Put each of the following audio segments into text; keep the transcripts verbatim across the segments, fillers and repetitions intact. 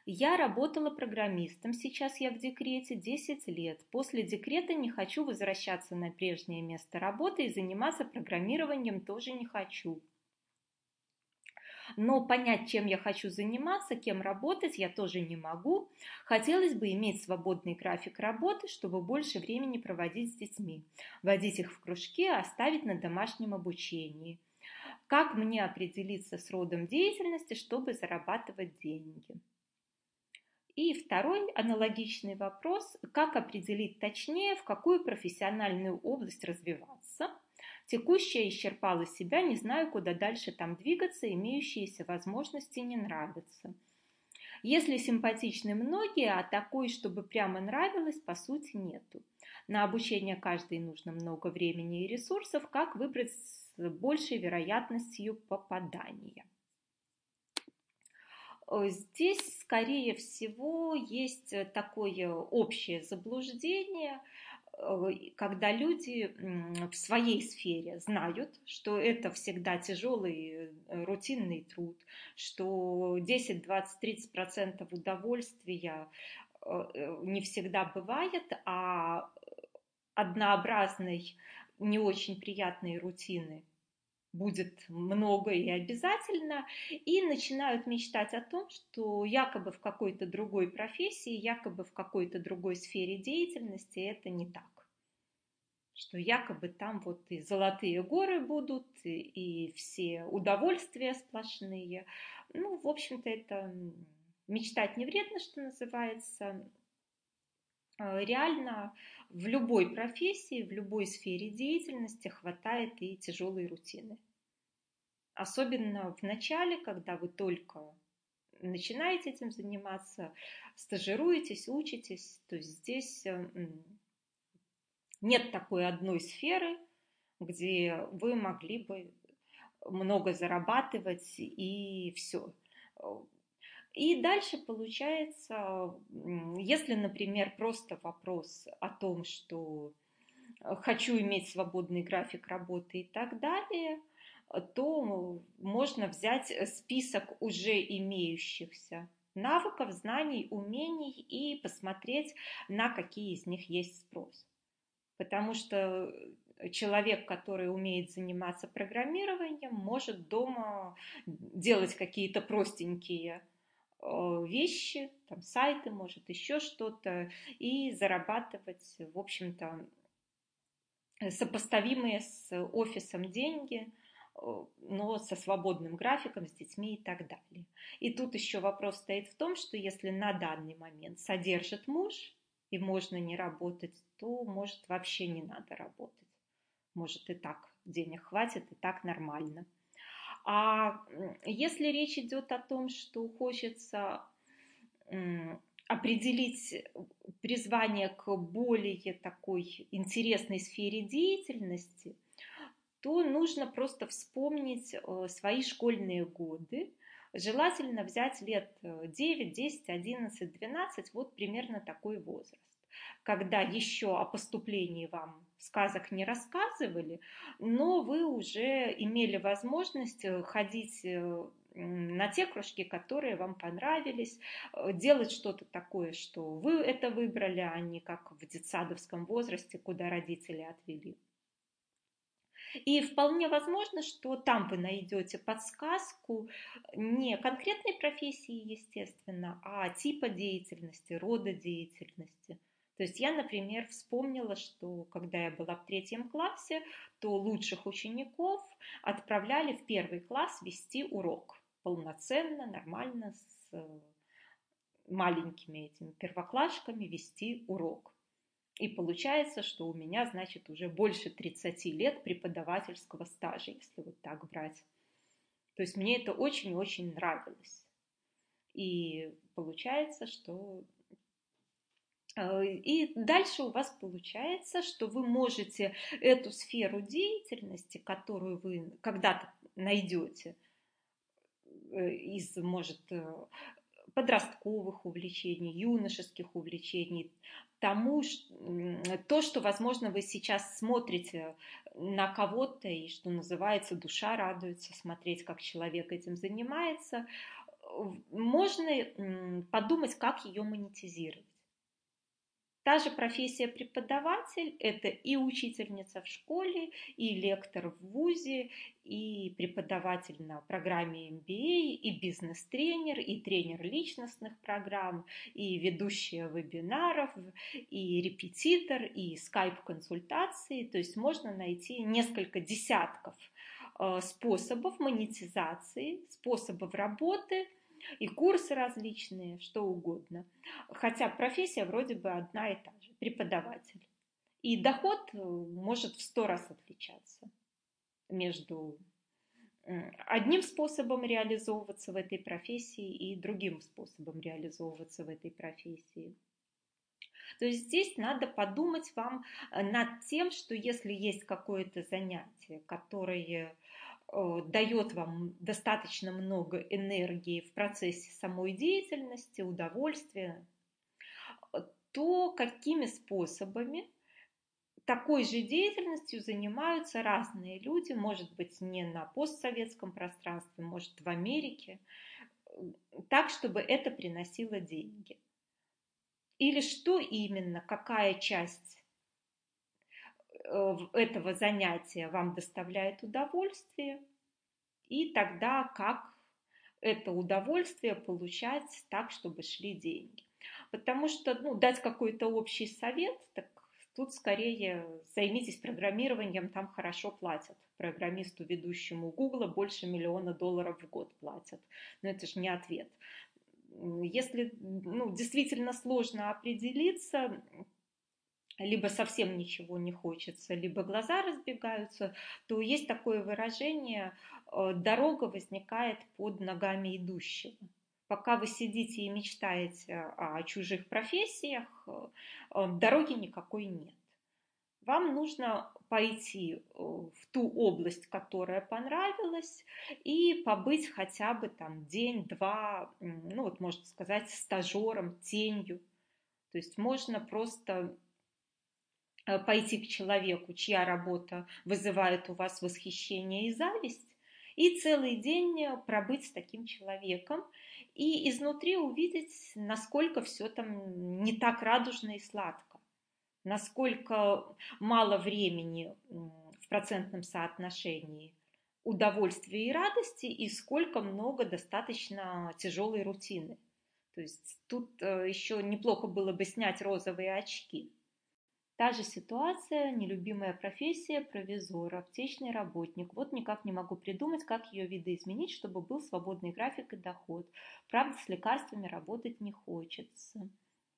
Я работала программистом, сейчас я в декрете десять лет. После декрета не хочу возвращаться на прежнее место работы и заниматься программированием тоже не хочу. Но понять, чем я хочу заниматься, кем работать, я тоже не могу. Хотелось бы иметь свободный график работы, чтобы больше времени проводить с детьми, водить их в кружки, оставить на домашнем обучении. Как мне определиться с родом деятельности, чтобы зарабатывать деньги? И второй аналогичный вопрос, как определить точнее, в какую профессиональную область развиваться. Текущая исчерпала себя, не знаю, куда дальше там двигаться, имеющиеся возможности не нравятся. Если симпатичны многие, а такой, чтобы прямо нравилось, по сути нету. На обучение каждой нужно много времени и ресурсов, как выбрать с большей вероятностью попадания. Здесь, скорее всего, есть такое общее заблуждение, когда люди в своей сфере знают, что это всегда тяжелый рутинный труд, что десять, двадцать, тридцать процентов удовольствия не всегда бывает, а однообразной, не очень приятной рутины будет много и обязательно, и начинают мечтать о том, что якобы в какой-то другой профессии, якобы в какой-то другой сфере деятельности это не так. Что якобы там вот и золотые горы будут, и, и все удовольствия сплошные. Ну, в общем-то, это мечтать не вредно, что называется. Реально в любой профессии, в любой сфере деятельности хватает и тяжелой рутины. Особенно в начале, когда вы только начинаете этим заниматься, стажируетесь, учитесь, то есть здесь нет такой одной сферы, где вы могли бы много зарабатывать и все. И дальше получается, если, например, просто вопрос о том, что хочу иметь свободный график работы и так далее, то можно взять список уже имеющихся навыков, знаний, умений и посмотреть, на какие из них есть спрос. Потому что человек, который умеет заниматься программированием, может дома делать какие-то простенькие вещи, там сайты, может еще что-то, и зарабатывать, в общем-то, сопоставимые с офисом деньги, но со свободным графиком, с детьми и так далее. И тут еще вопрос стоит в том, что если на данный момент содержит муж, и можно не работать, то, может, вообще не надо работать. Может, и так денег хватит, и так нормально. А если речь идет о том, что хочется определить призвание к более такой интересной сфере деятельности, то нужно просто вспомнить свои школьные годы. Желательно взять лет девять, десять, одиннадцать, двенадцать, вот примерно такой возраст, когда еще о поступлении вам сказок не рассказывали, но вы уже имели возможность ходить на те кружки, которые вам понравились, делать что-то такое, что вы это выбрали, а не как в детсадовском возрасте, куда родители отвели. И вполне возможно, что там вы найдете подсказку не конкретной профессии, естественно, а типа деятельности, рода деятельности. То есть я, например, вспомнила, что когда я была в третьем классе, то лучших учеников отправляли в первый класс вести урок. Полноценно, нормально, с маленькими этими первоклашками вести урок. И получается, что у меня, значит, уже больше тридцати лет преподавательского стажа, если вот так брать. То есть мне это очень-очень нравилось. И получается, что... И дальше у вас получается, что вы можете эту сферу деятельности, которую вы когда-то найдете из, может, подростковых увлечений, юношеских увлечений, тому, то, что, возможно, вы сейчас смотрите на кого-то, и что называется, душа радуется смотреть, как человек этим занимается, можно подумать, как ее монетизировать. Та же профессия преподаватель – это и учительница в школе, и лектор в вузе, и преподаватель на программе эм би эй, и бизнес-тренер, и тренер личностных программ, и ведущая вебинаров, и репетитор, и скайп-консультации. То есть можно найти несколько десятков способов монетизации, способов работы, и курсы различные, что угодно. Хотя профессия вроде бы одна и та же, преподаватель. И доход может в сто раз отличаться между одним способом реализовываться в этой профессии и другим способом реализовываться в этой профессии. То есть здесь надо подумать вам над тем, что если есть какое-то занятие, которое дает вам достаточно много энергии в процессе самой деятельности, удовольствия, то какими способами такой же деятельностью занимаются разные люди, может быть, не на постсоветском пространстве, может, в Америке, так, чтобы это приносило деньги. Или что именно, какая часть этого занятия вам доставляет удовольствие, и тогда как это удовольствие получать так, чтобы шли деньги. Потому что ну, дать какой-то общий совет, так тут скорее займитесь программированием, там хорошо платят. Программисту, ведущему Гугла, больше миллиона долларов в год платят. Но это же не ответ. Если ну, действительно сложно определиться, либо совсем ничего не хочется, либо глаза разбегаются, то есть такое выражение «дорога возникает под ногами идущего». Пока вы сидите и мечтаете о чужих профессиях, дороги никакой нет. Вам нужно пойти в ту область, которая понравилась, и побыть хотя бы там день-два, ну вот можно сказать, стажером, тенью. То есть можно просто пойти к человеку, чья работа вызывает у вас восхищение и зависть, и целый день пробыть с таким человеком, и изнутри увидеть, насколько все там не так радужно и сладко, насколько мало времени в процентном соотношении удовольствия и радости, и сколько много достаточно тяжелой рутины. То есть тут еще неплохо было бы снять розовые очки. Та же ситуация, нелюбимая профессия, провизор, аптечный работник. Вот никак не могу придумать, как ее видоизменить, чтобы был свободный график и доход. Правда, с лекарствами работать не хочется.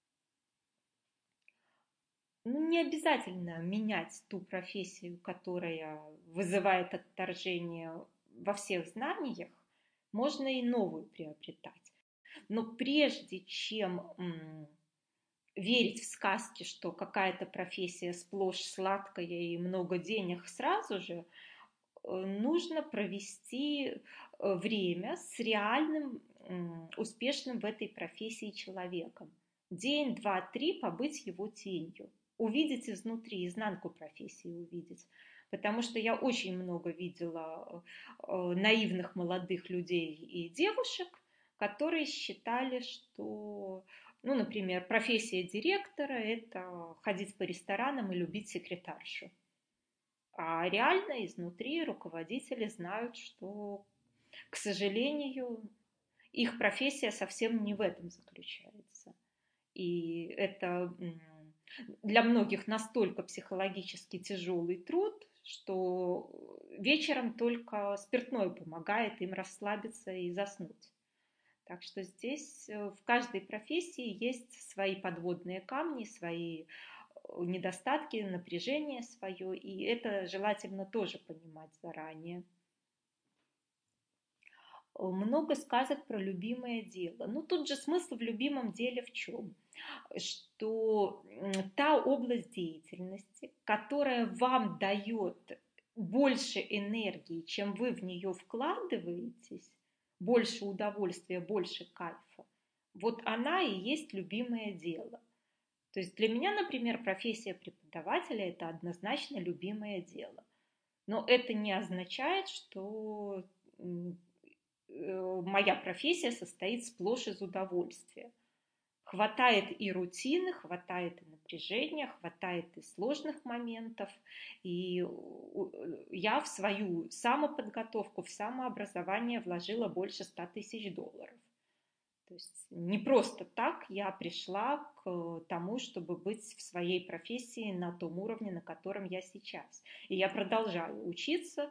Ну, не обязательно менять ту профессию, которая вызывает отторжение во всех знаниях. Можно и новую приобретать. Но прежде чем верить в сказки, что какая-то профессия сплошь сладкая и много денег сразу же, нужно провести время с реальным, успешным в этой профессии человеком. День, два, три побыть его тенью. Увидеть изнутри, изнанку профессии увидеть. Потому что я очень много видела наивных молодых людей и девушек, которые считали, что... Ну, например, профессия директора – это ходить по ресторанам и любить секретаршу. А реально изнутри руководители знают, что, к сожалению, их профессия совсем не в этом заключается. И это для многих настолько психологически тяжелый труд, что вечером только спиртное помогает им расслабиться и заснуть. Так что здесь в каждой профессии есть свои подводные камни, свои недостатки, напряжение свое, и это желательно тоже понимать заранее. Много сказок про любимое дело. Ну, тут же смысл в любимом деле в чем? Что та область деятельности, которая вам дает больше энергии, чем вы в нее вкладываетесь, больше удовольствия, больше кайфа, вот она и есть любимое дело. То есть для меня, например, профессия преподавателя – это однозначно любимое дело. Но это не означает, что моя профессия состоит сплошь из удовольствия. Хватает и рутины, хватает и напряжения, хватает и сложных моментов. И я в свою самоподготовку, в самообразование вложила больше ста тысяч долларов. То есть не просто так я пришла к тому, чтобы быть в своей профессии на том уровне, на котором я сейчас. И я продолжаю учиться,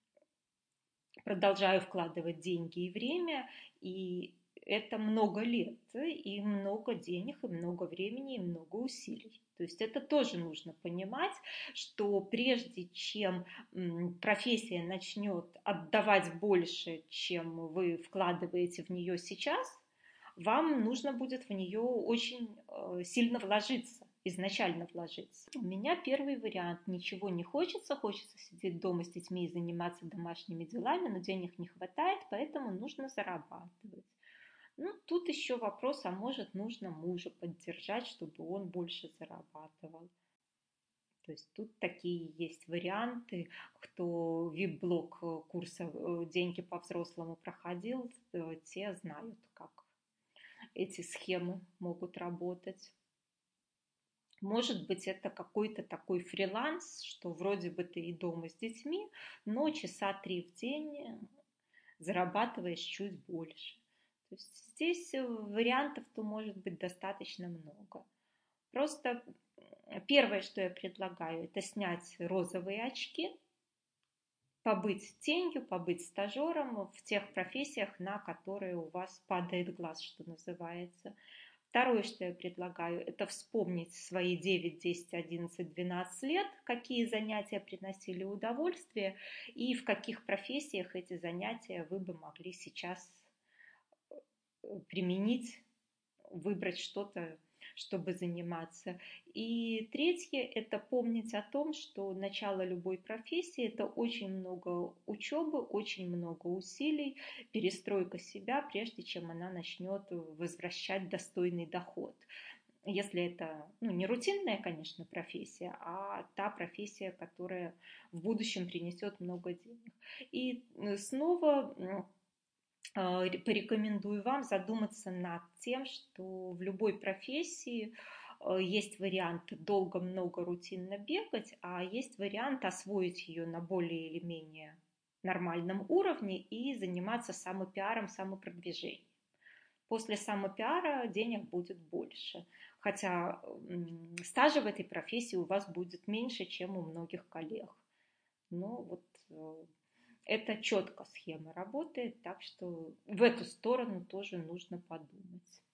продолжаю вкладывать деньги и время, и это много лет, и много денег, и много времени, и много усилий. То есть это тоже нужно понимать, что прежде чем профессия начнет отдавать больше, чем вы вкладываете в нее сейчас, вам нужно будет в нее очень сильно вложиться, изначально вложиться. У меня первый вариант. Ничего не хочется, хочется сидеть дома с детьми и заниматься домашними делами, но денег не хватает, поэтому нужно зарабатывать. Ну, тут еще вопрос, а может, нужно мужа поддержать, чтобы он больше зарабатывал. То есть тут такие есть варианты. Кто вип-блог курса «Деньги по-взрослому» проходил, те знают, как эти схемы могут работать. Может быть, это какой-то такой фриланс, что вроде бы ты и дома с детьми, но часа три в день зарабатываешь чуть больше. То есть здесь вариантов-то может быть достаточно много. Просто первое, что я предлагаю, это снять розовые очки, побыть тенью, побыть стажером в тех профессиях, на которые у вас падает глаз, что называется. Второе, что я предлагаю, это вспомнить свои девять, десять, одиннадцать, двенадцать лет, какие занятия приносили удовольствие и в каких профессиях эти занятия вы бы могли сейчас применить, выбрать что-то, чтобы заниматься. И третье – это помнить о том, что начало любой профессии – это очень много учебы, очень много усилий, перестройка себя, прежде чем она начнет возвращать достойный доход. Если это, ну, не рутинная, конечно, профессия, а та профессия, которая в будущем принесет много денег. И снова порекомендую вам задуматься над тем, что в любой профессии есть вариант долго, много, рутинно бегать, а есть вариант освоить ее на более или менее нормальном уровне и заниматься самопиаром, самопродвижением. После самопиара денег будет больше, хотя стажа в этой профессии у вас будет меньше, чем у многих коллег. Но вот это четко схема работает, так что в эту сторону тоже нужно подумать.